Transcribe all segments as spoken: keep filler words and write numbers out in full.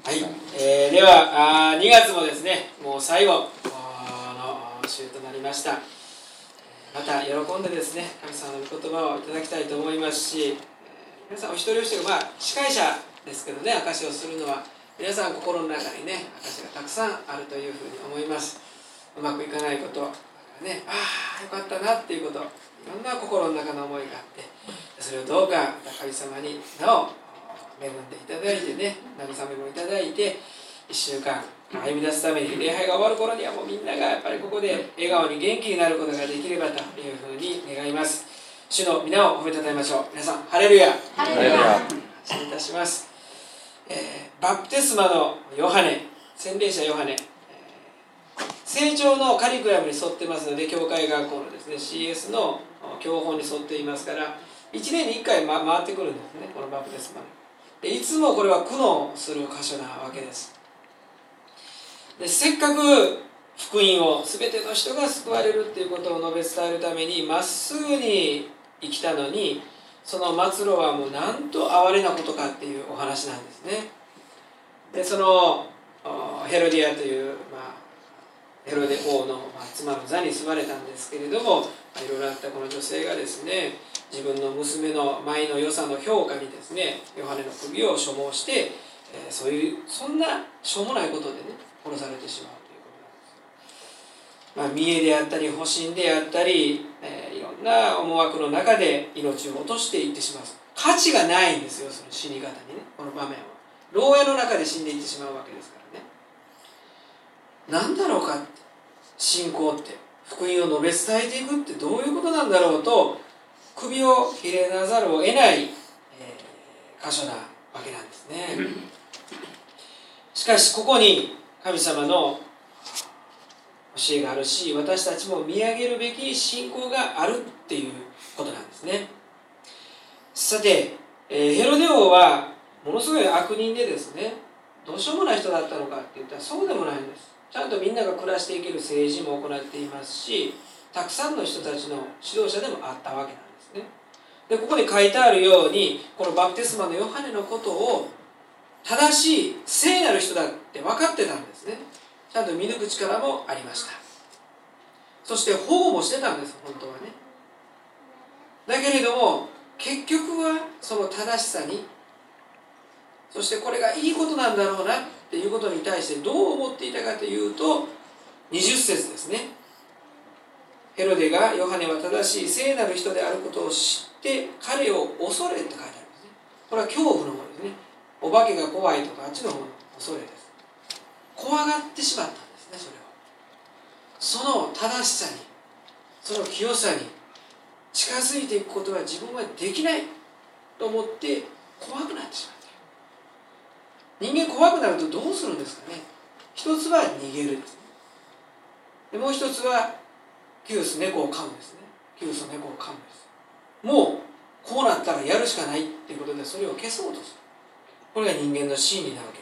はい、えー、ではあにがつもですね、もう最後の週となりました。また喜んでですね、神様の御言葉をいただきたいと思いますし、皆さんお一人お一人が、まあ、司会者ですけどね、証しをするのは皆さん心の中にね、証がたくさんあるというふうに思います。うまくいかないこと、ね、ああよかったなっていうこと、いろんな心の中の思いがあって、それをどうか神様になお恵んでいただいてね、慰めもいただいて、いっしゅうかん歩み出すために、礼拝が終わる頃にはもうみんながやっぱりここで笑顔に元気になることができればというふうに願います。主の皆を褒めたたえましょう。皆さんハレルヤ、 ハレルヤ。 感謝いたします。えー、バプテスマのヨハネ、洗礼者ヨハネ、えー、成長のカリキュラムに沿ってますので、教会学校のですね シーエス の教本に沿っていますから、いちねんにいっかい、ま、回ってくるんですね、このバプテスマで。いつもこれは苦悩する箇所なわけです。で、せっかく福音を全ての人が救われるっていうことを述べ伝えるためにまっすぐに生きたのに、その末路はもうなんと哀れなことかっていうお話なんですね。で、そのヘロディアという、まあ、ヘロデ王の、まあ、妻の座に座れたんですけれども、いろいろあったこの女性がですね、自分の娘の舞の良さの評価にですね、ヨハネの首を所望して、えー、そういうそんなしょうもないことでね、殺されてしまうということなんです。まあ、見栄であったり保身であったり、えー、いろんな思惑の中で命を落としていってしまう。価値がないんですよ、その死に方にね、この場面は。牢屋の中で死んでいってしまうわけですからね。何だろうかって、信仰って福音を述べ伝えていくってどういうことなんだろうと首をひねらざるを得ない、えー、箇所なわけなんですね。しかしここに神様の教えがあるし、私たちも見上げるべき信仰があるっていうことなんですね。さて、えー、ヘロデ王はものすごい悪人でですね、どうしようもない人だったのかって言ったらそうでもないんです。ちゃんとみんなが暮らしていける政治も行っていますし、たくさんの人たちの指導者でもあったわけなんですね。で、ここに書いてあるように、このバプテスマのヨハネのことを正しい聖なる人だって分かってたんですね。ちゃんと見抜く力もありました。そして保護もしてたんです、本当はね。だけれども結局はその正しさに、そしてこれがいいことなんだろうなっていうことに対してどう思っていたかというと、にじゅっせつですね。ヘロデがヨハネは正しい聖なる人であることを知って彼を恐れって書いてあるんですね。これは恐怖の方ですね。お化けが怖いとかあっちの方の恐れです。怖がってしまったんですね。それをその正しさに、その清さに近づいていくことは自分はできないと思って怖くなってしまった。人間怖くなるとどうするんですかね。一つは逃げるですね。でもう一つはキュース、猫を飼うんですね。キュースの猫を飼うんです。もうこうなったらやるしかないっていうことでそれを消そうとする。これが人間の心理なわけなんです。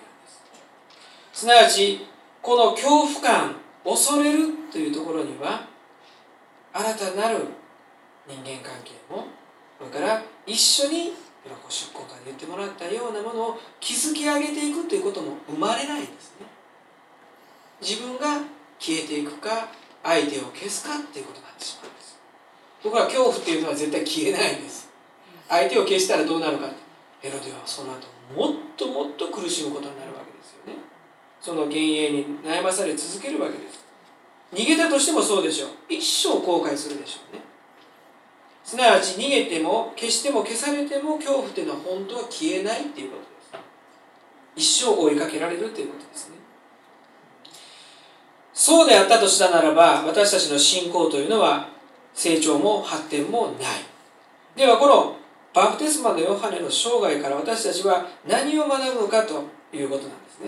すなわちこの恐怖感、恐れるというところには新たなる人間関係も、それから一緒に今ご出向から言ってもらったようなものを築き上げていくということも生まれないんですね。自分が消えていくか相手を消すかっていうことになってしまうんです。ところが恐怖っていうのは絶対消えないんです。相手を消したらどうなるかって、ヘロデはその後もっともっと苦しむことになるわけですよね。その幻影に悩まされ続けるわけです。逃げたとしてもそうでしょう。一生後悔するでしょうね。すなわち逃げても消しても消されても恐怖というのは本当は消えないっていうことです。一生追いかけられるということですね。そうであったとしたならば、私たちの信仰というのは成長も発展もない。ではこのバプテスマのヨハネの生涯から私たちは何を学ぶのかということなんですね。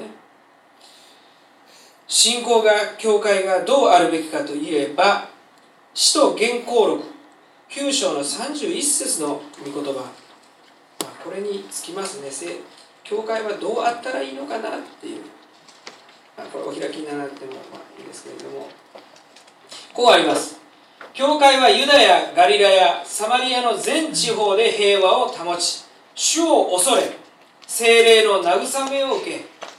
信仰が、教会がどうあるべきかといえば、使徒言行録きゅう章のさんじゅういっ節の御言葉、まあ、これにつきますね。教会はどうあったらいいのかなっていう、まあ、これお開きにならなくてもまあいいですけれども、こうあります。教会はユダヤ、ガリラヤ、サマリアの全地方で平和を保ち、主を恐れ、聖霊の慰めを受け、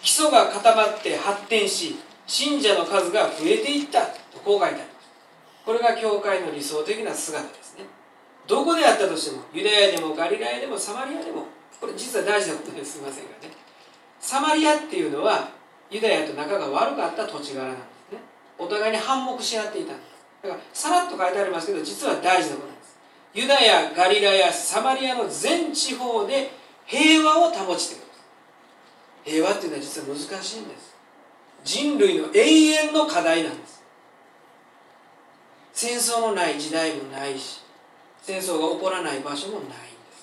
基礎が固まって発展し、信者の数が増えていったとこう書いてあります。これが教会の理想的な姿ですね。どこであったとしても、ユダヤでもガリラヤでもサマリアでも、これ実は大事なことですみませんがね、サマリアっていうのはユダヤと仲が悪かった土地柄なんですね。お互いに反目し合っていたんです。だからさらっと書いてありますけど、実は大事なことなんです。ユダヤ、ガリラヤ、サマリアの全地方で平和を保ちているんです。平和っていうのは実は難しいんです。人類の永遠の課題なんです。戦争のない時代もないし、戦争が起こらない場所もないんです。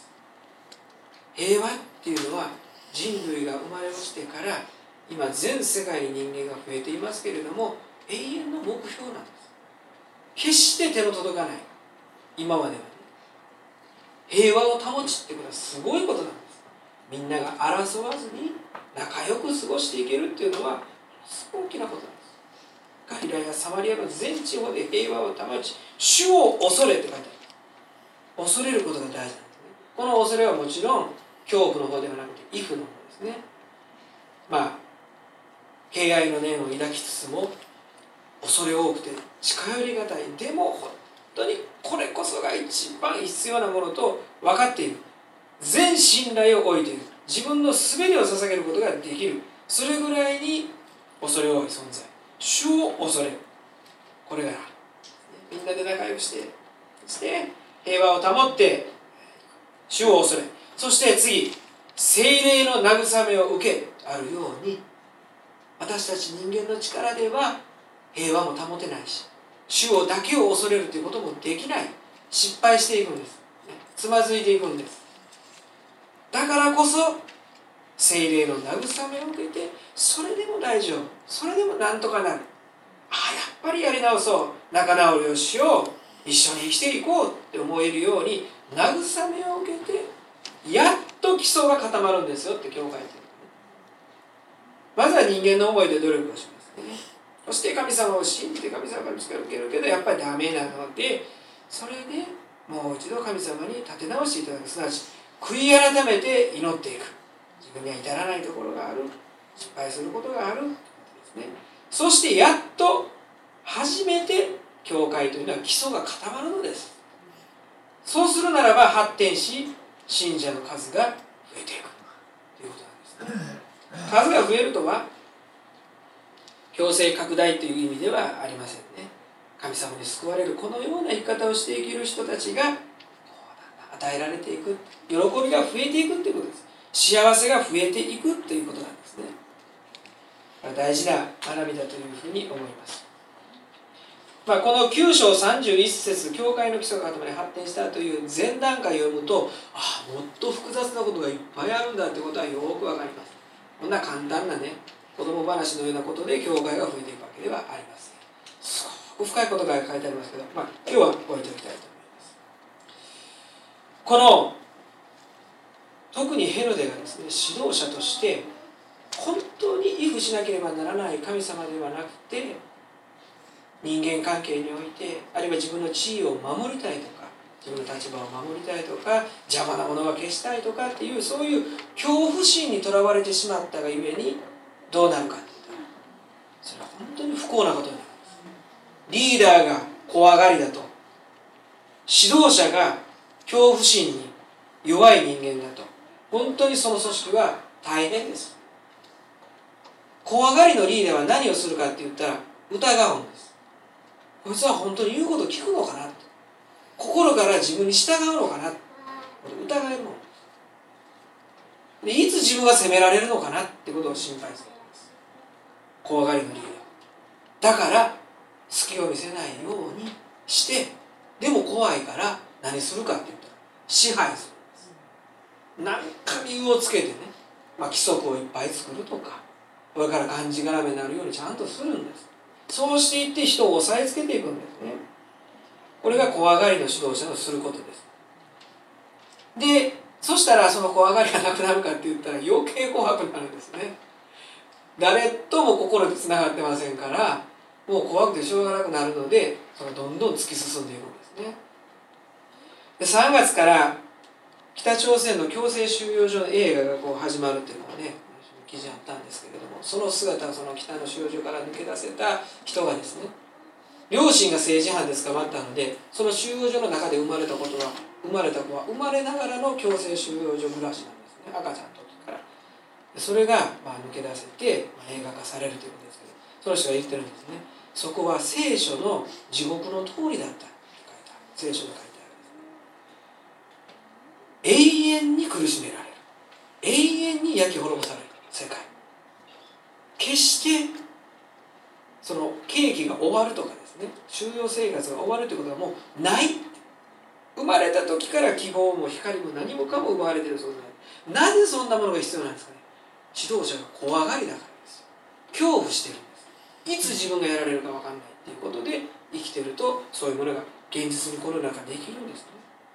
平和っていうのは人類が生まれ落ちてから今全世界に人間が増えていますけれども、永遠の目標なんです。決して手の届かない、今まではね、平和を保ちってことはすごいことなんです。みんなが争わずに仲良く過ごしていけるっていうのはすごく大きなことなんです。ガリラやサマリアの全地方で平和を保ち、主を恐れって書いてある。恐れることが大事なんですね。この恐れはもちろん恐怖の方ではなくて畏怖の方ですね。まあ敬愛の念を抱きつつも恐れ多くて近寄りがたい、でも本当にこれこそが一番必要なものと分かっている、全信頼を置いている、自分の全てを捧げることができる、それぐらいに恐れ多い存在、主を恐れる。これがみんなで仲良くしてそして平和を保って主を恐れ、そして次、聖霊の慰めを受けあるように、私たち人間の力では平和も保てないし、主をだけを恐れるということもできない、失敗していくんです、つまずいていくんです。だからこそ聖霊の慰めを受けて、それでも大丈夫、それでもなんとかなる、ああやっぱりやり直そう、仲直りをしよう、一緒に生きていこうって思えるように慰めを受けて、やっと基礎が固まるんですよって教会って。まずは人間の思いで努力をしますね。そして神様を信じて神様から力を受けるけどやっぱりダメなので、それでもう一度神様に立て直していただく、すなわち悔い改めて祈っていく。自分には至らないところがある、失敗することがあるということですね。そしてやっと初めて教会というのは基礎が固まるのです。そうするならば発展し、信者の数が増えていくということなんですね。数が増えるとは強制拡大という意味ではありませんね。神様に救われるこのような生き方をしていける人たちが与えられていく、喜びが増えていくということです。幸せが増えていくということなんですね。大事な学びだというふうに思います。まあ、このきゅう章さんじゅういち節、教会の基礎が固まり発展したという前段階を読むと、ああもっと複雑なことがいっぱいあるんだということはよくわかります。こんな簡単なね、子供話のようなことで教会が増えていくわけではありません。すごく深いことが書いてありますけど、まあ、今日は置いておきたいと思います。この特にヘロデがですね、指導者として本当に畏怖しなければならない神様ではなくて、人間関係において、あるいは自分の地位を守りたいとか、自分の立場を守りたいとか、邪魔なものは消したいとかっていう、そういう恐怖心にとらわれてしまったがゆえにどうなるかって言ったら、それは本当に不幸なことになるんです。リーダーが怖がりだと、指導者が恐怖心に弱い人間だと、本当にその組織は大変です。怖がりのリーダーは何をするかって言ったら疑うんです。こいつは本当に言うことを聞くのかな、心から自分に従うのかな、疑えるもので、いつ自分が責められるのかなってことを心配するんです。怖がりの理由だから隙を見せないようにして、でも怖いから何するかって言ったら支配するんです。何か理由をつけてね、まあ、規則をいっぱい作るとか、これからがんじがらめになるようにちゃんとするんです。そうしていって人を押さえつけていくんですね。これが怖がりの指導者のすることです。で、そしたらその怖がりがなくなるかって言ったら余計怖くなるんですね。誰とも心でつながってませんから、もう怖くてしょうがなくなるので、そのどんどん突き進んでいくんですね。で、さんがつから北朝鮮の強制収容所の映画がこう始まるっていうのはね、 記事あったんですけれども、その姿はその北の収容所から抜け出せた人がですね、両親が政治犯で捕まったので、その収容所の中で生まれたことは生まれた子は生まれながらの強制収容所暮らしなんですね、赤ちゃんの時から。それがまあ抜け出せて、まあ、映画化されるということですけど、その人が言ってるんですね。そこは聖書の地獄の通りだったって書いてある。聖書に書いてある。永遠に苦しめられる、永遠に焼き滅ぼされる世界。決してその刑期が終わるとかですね、収容生活が終わるということがもうない。生まれた時から希望も光も何もかも奪われているそうで、なぜそんなものが必要なんですかね。指導者が怖がりだからですよ。恐怖してるんです。いつ自分がやられるか分かんないっていうことで生きてると、そういうものが現実にこの中できるんですね。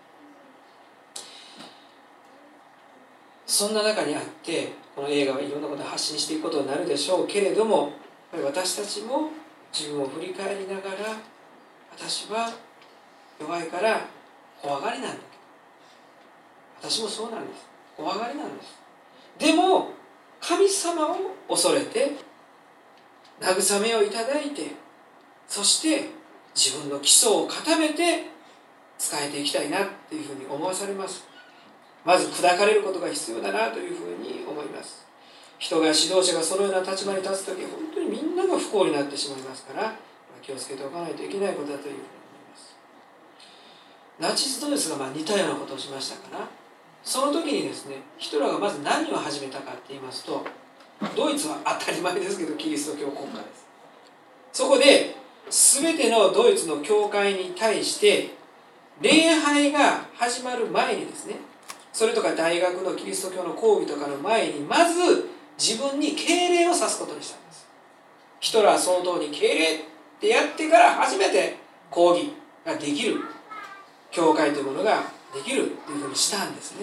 そんな中にあって、この映画はいろんなことを発信していくことになるでしょうけれども、私たちも自分を振り返りながら、私は弱いから怖がりなんだけど、私もそうなんです。怖がりなんです。でも神様を恐れて慰めをいただいて、そして自分の基礎を固めて仕えていきたいなっていうふうに思わされます。まず砕かれることが必要だなというふうに思います。人が、指導者がそのような立場に立つとき、本当にみんなが不幸になってしまいますから、気をつけておかないといけないことだというふうに思います。ナチスドイツがまあ似たようなことをしましたから、その時にですね、ヒトラーがまず何を始めたかって言いますと、ドイツは当たり前ですけどキリスト教国家です。そこで全てのドイツの教会に対して礼拝が始まる前にですね、それとか大学のキリスト教の講義とかの前に、まず自分に敬礼をさすことにしたんです。ヒトラー総統に敬礼ってやってから初めて講義ができる教会というものができるというふうにしたんですね。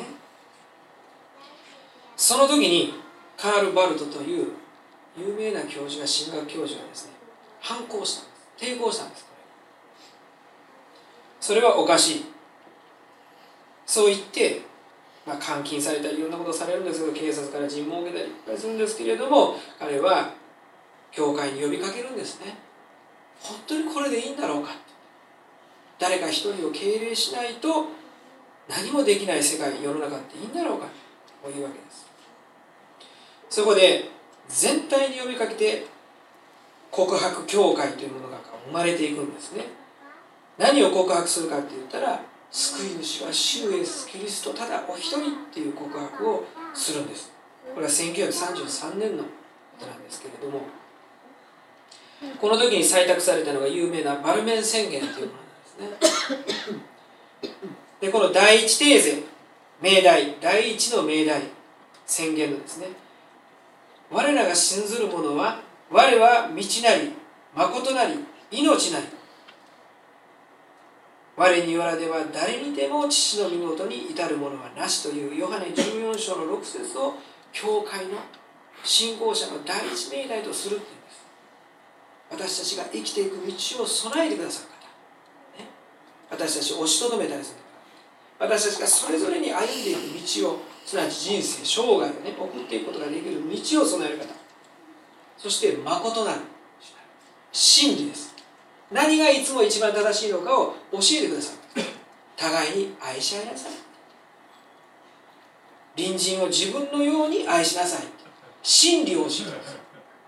その時にカール・バルトという有名な教授が、神学教授がですね、反抗したんです。抵抗したんです。それはおかしい、そう言って、まあ、監禁されたりいろんなことをされるんですけど、警察から尋問を受けたりいっぱいするんですけれども、彼は教会に呼びかけるんですね。本当にこれでいいんだろうか、誰か一人を敬礼しないと何もできない世界、世の中っていいんだろうかというわけです。そこで全体に呼びかけて告白教会というものが生まれていくんですね。何を告白するかって言ったら、救い主は主イエスキリストただお一人っていう告白をするんです。これはせんきゅうひゃくさんじゅうさんねんのことなんですけれども、この時に採択されたのが有名なバルメン宣言というものなんですね。で、この第一テーゼ、命題、第一の命題宣言のですね、我らが信ずる者は、我は道なり誠なり命なり、我によらでは誰にでも父の御元に至るものはなしというヨハネじゅうよん章のろく節を教会の信仰者の第一命題とするっていうんです。私たちが生きていく道を備えてくださる方、ね、私たちを押しとどめたりする方、私たちがそれぞれに歩んでいく道を、すなわち人生生涯をね送っていくことができる道を備える方、そして誠なる真理です。何がいつも一番正しいのかを教えてください。互いに愛し合いなさい。隣人を自分のように愛しなさい。真理を教えてください。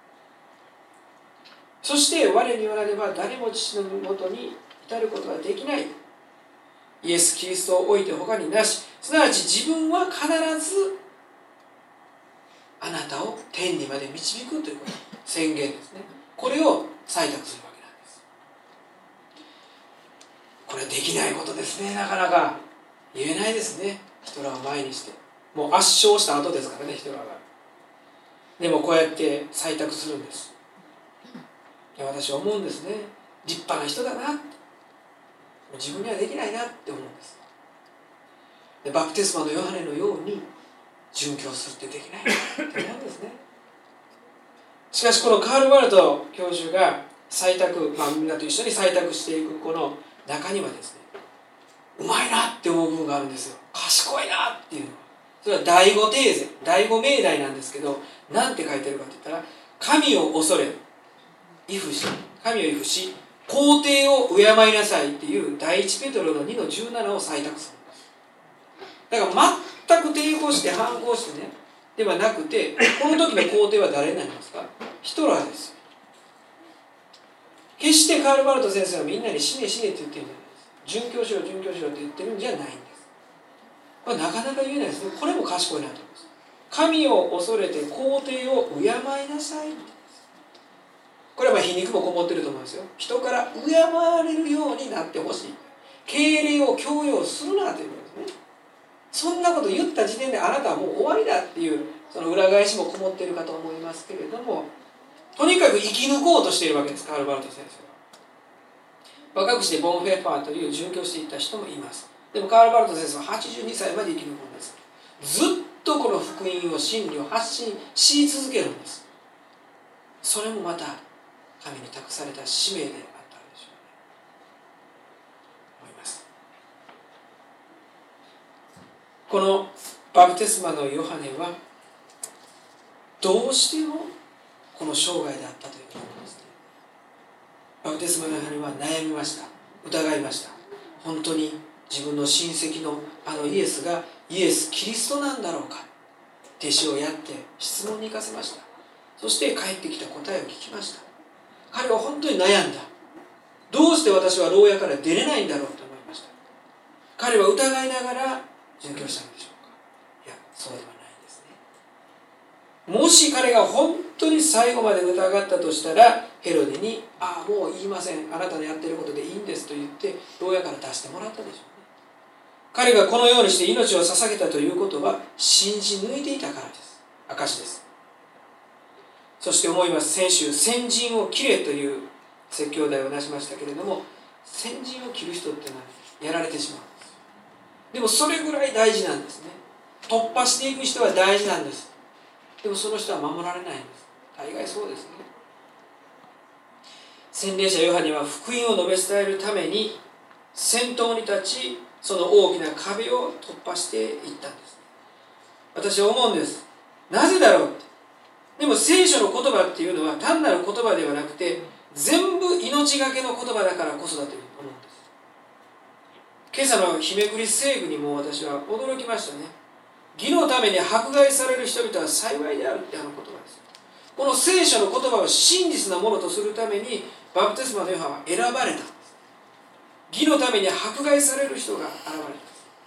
そして我によられば誰も父のもとに至ることはできない。イエス・キリストを置いて他になし、すなわち自分は必ずあなたを天にまで導くということ宣言ですね。これを採択するわけなんです。これできないことですね。なかなか言えないですね。ヒトラーを前にして、もう圧勝した後ですからね、ヒトラーが。でもこうやって採択するんです。で、私は思うんですね。立派な人だなって、自分にはできないなって思うんです。で、バプテスマのヨハネのように殉教するってできないなって思うんですね。しかしこのカール・バルト教授が採択、まあ、みんなと一緒に採択していくこの中にはですね、うまいなって思う部分があるんですよ。賢いなっていうのは、それは第五テーゼ、第五命題なんですけど、 なんて書いてるかって言ったら、神を恐れ、畏怖し、神を畏怖し、皇帝を敬いなさいっていう第一ペトロのにのじゅうななを採択するんです。だから全く抵抗して反抗してね、ではなくて、この時の皇帝は誰になりますか？ヒトラーですよ。決してカール・バルト先生はみんなに死ね死ねって言ってるんじゃないです。殉教しろ殉教しろって言ってるんじゃないんです。これなかなか言えないですね。これも賢いなと思います。神を恐れて皇帝を敬いなさい。これはまあ皮肉もこもってると思うんですよ。人から敬われるようになってほしい。敬礼を強要するなということですね。そんなこと言った時点であなたはもう終わりだっていうその裏返しもこもっているかと思いますけれども、とにかく生き抜こうとしているわけです、カール・バルト先生は。若くしてボン・フェッファーという殉教していった人もいます。でもカール・バルト先生ははちじゅうにさいまで生き抜くんです。ずっとこの福音を真理を発信し続けるんです。それもまた神に託された使命であったのでしょうね、思います。このバプテスマのヨハネはどうしてもこの生涯であったということですね。バプテスマのヨハネは悩みました。疑いました。本当に自分の親戚のあのイエスがイエス・キリストなんだろうか。弟子をやって質問に行かせました。そして帰ってきた答えを聞きました。彼は本当に悩んだ。どうして私は牢屋から出れないんだろうと思いました。彼は疑いながら殉教したのでしょうか。いや、そうではないんですね。もし彼が本当に最後まで疑ったとしたら、ヘロデに「ああ、もう言いません、あなたのやっていることでいいんです」と言って牢屋から出してもらったでしょうね。彼がこのようにして命を捧げたということは信じ抜いていたからです。証です。そして思います。先週先陣を切れという説教題を出しましたけれども、先陣を切る人っていうのはやられてしまうんです。でもそれぐらい大事なんですね。突破していく人は大事なんです。でもその人は守られないんです。大概そうですね。洗礼者ヨハネは福音を述べ伝えるために先頭に立ち、その大きな壁を突破していったんです。私は思うんです。なぜだろうって。でも聖書の言葉っていうのは単なる言葉ではなくて、全部命がけの言葉だからこそだというふうに思うんです。今朝の日めくり聖句にも私は驚きましたね。義のために迫害される人々は幸いであるってあの言葉です。この聖書の言葉を真実なものとするためにバプテスマのヨハネは選ばれたんです。義のために迫害される人が現れたんです。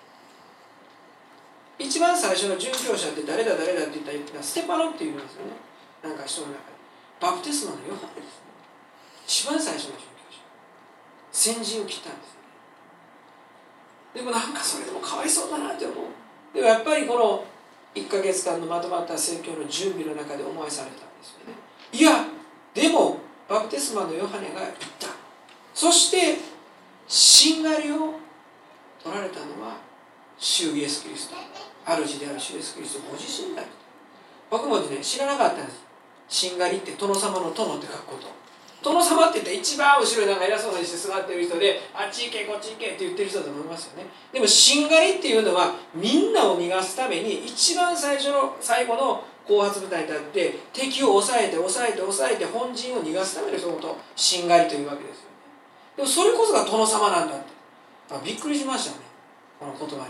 一番最初の殉教者って誰だ誰だって言ったらステパノっていうんですよね。なんか人の中でバプテスマのヨハネですね。一番最初の殉教者、先陣を切ったんですよね。でもなんかそれでもかわいそうだなって思う。でもやっぱりこのいっかげつかんのまとまった宣教の準備の中で思いされたんですよね。いやでもバプテスマのヨハネが言った。そしてしんがりを取られたのは主イエスキリスト、主である主イエスキリストご自身だ。僕もね知らなかったんです。しんがりって殿様の殿って書くこと。殿様って言ったら一番後ろになんか偉そうにして座ってる人で、あっち行けこっち行けって言ってる人だと思いますよね。でもしんがりっていうのはみんなを逃がすために一番最初の最後の後発部隊に立って敵を抑えて抑えて抑えて本陣を逃がすための一言、しんがりというわけですよね。でもそれこそが殿様なんだって、あ、びっくりしましたね、この言葉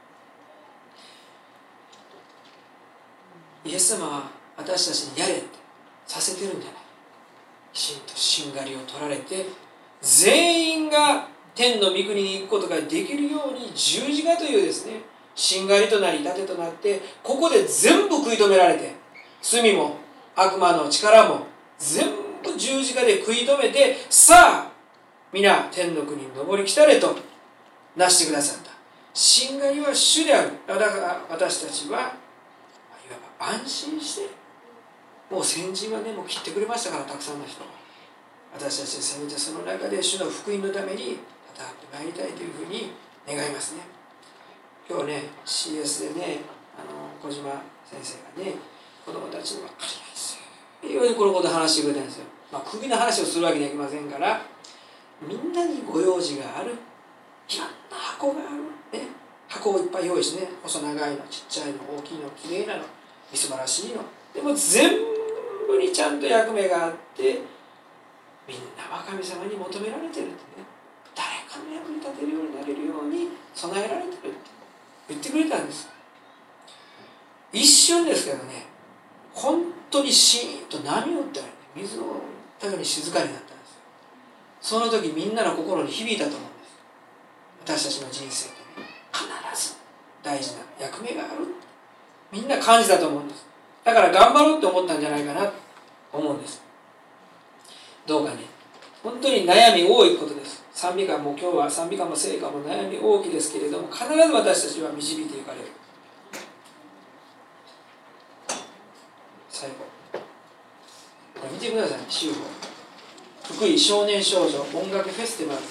に。イエス様は私たちにやれってさせてるんじゃない。きちんとしんがりを取られて全員が天の御国に行くことができるように十字架というですね、しんがりとなり盾となって、ここで全部食い止められて、罪も悪魔の力も全部十字架で食い止めて、さあ皆天の国に登り来たれとなしてくださった。しんがりは主である。だから私たちはいわば安心して、もう先人はねもう切ってくれましたから、たくさんの人が。私たちはせめてその中で主の福音のために戦ってまいりたいというふうに願いますね。今日ね シーエス でね、あの小島先生がね子供たちに分かりますよいろいろこのこと話してくれたんですよ。まあ首の話をするわけにはいきませんから、みんなにご用事がある、いろんな箱がある、ね、箱をいっぱい用意してね、細長いのちっちゃいの大きいのきれいなのみすばらしいのでも全部にちゃんと役目があって、みんなは神様に求められてるってね、誰かの役に立てるようになれるように備えられてるって言ってくれたんです。一瞬ですけどね、本当にシーンと波を打ったように、水を打ったように静かになったんですよ。その時みんなの心に響いたと思うんです。私たちの人生ってね、必ず大事な役目がある、みんな感じたと思うんです。だから頑張ろうって思ったんじゃないかなと思うんです。どうかね、本当に悩み多いことです。賛美歌も今日は賛美歌も聖歌も悩み大きいですけれども、必ず私たちは導いていかれる。最後これ見てください。週報福井少年少女音楽フェスティバル、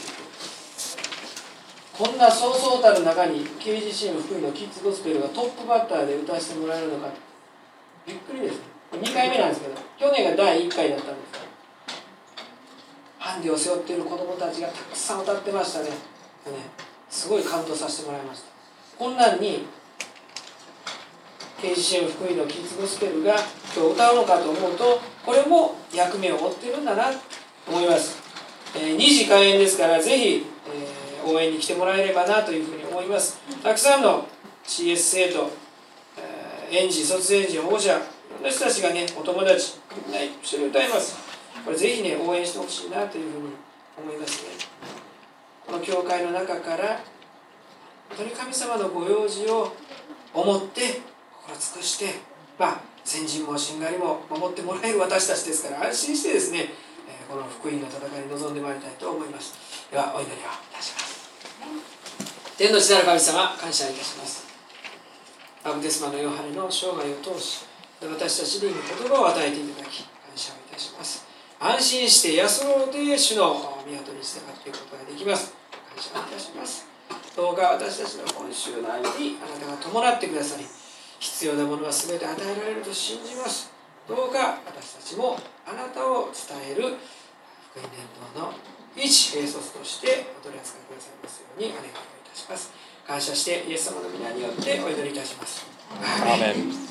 こんなそうそうたる中に ケージーシーエム 福井のキッズゴスペルがトップバッターで歌わせてもらえるのか、びっくりですね。にかいめなんですけど、去年がだいいっかいだったんですから、ハンデを背負っている子どもたちがたくさん歌ってましたね。ね、すごい感動させてもらいました。こんなんに ケージーシーエム 福井のキッズゴスペルが今日歌うのかと思うと、これも役目を負ってるんだなと思います。えー、にじ開演ですから、ぜひ、えー、応援に来てもらえればなというふうに思います。たくさんの シーエス 生徒、えー、園児、卒園児、保護者、いろんな人たちがね、お友達、みんな一緒に歌います。これぜひね、応援してほしいなというふうに思いますね。この教会の中から本当に神様のご用事を思って心尽くして、まあ先人もしんがりも守ってもらえる私たちですから、安心してですね、この福音の戦いに臨んでまいりたいと思います。ではお祈りをいたします。天の地なる神様、感謝いたします。バプテスマのヨハネの生涯を通し、私たちに言葉を与えていただき感謝をいたします。安心して安ろうで主の御業に従っていくことができます。感謝をいたします。どうか私たちの今週の歩みにあなたが伴ってくださり、必要なものは全て与えられると信じます。どうか私たちもあなたを伝える福音伝道の一兵卒としてお取り扱いくださいますようにお願いをいたします。感謝してイエス様の皆によってお祈りいたします。アーメン。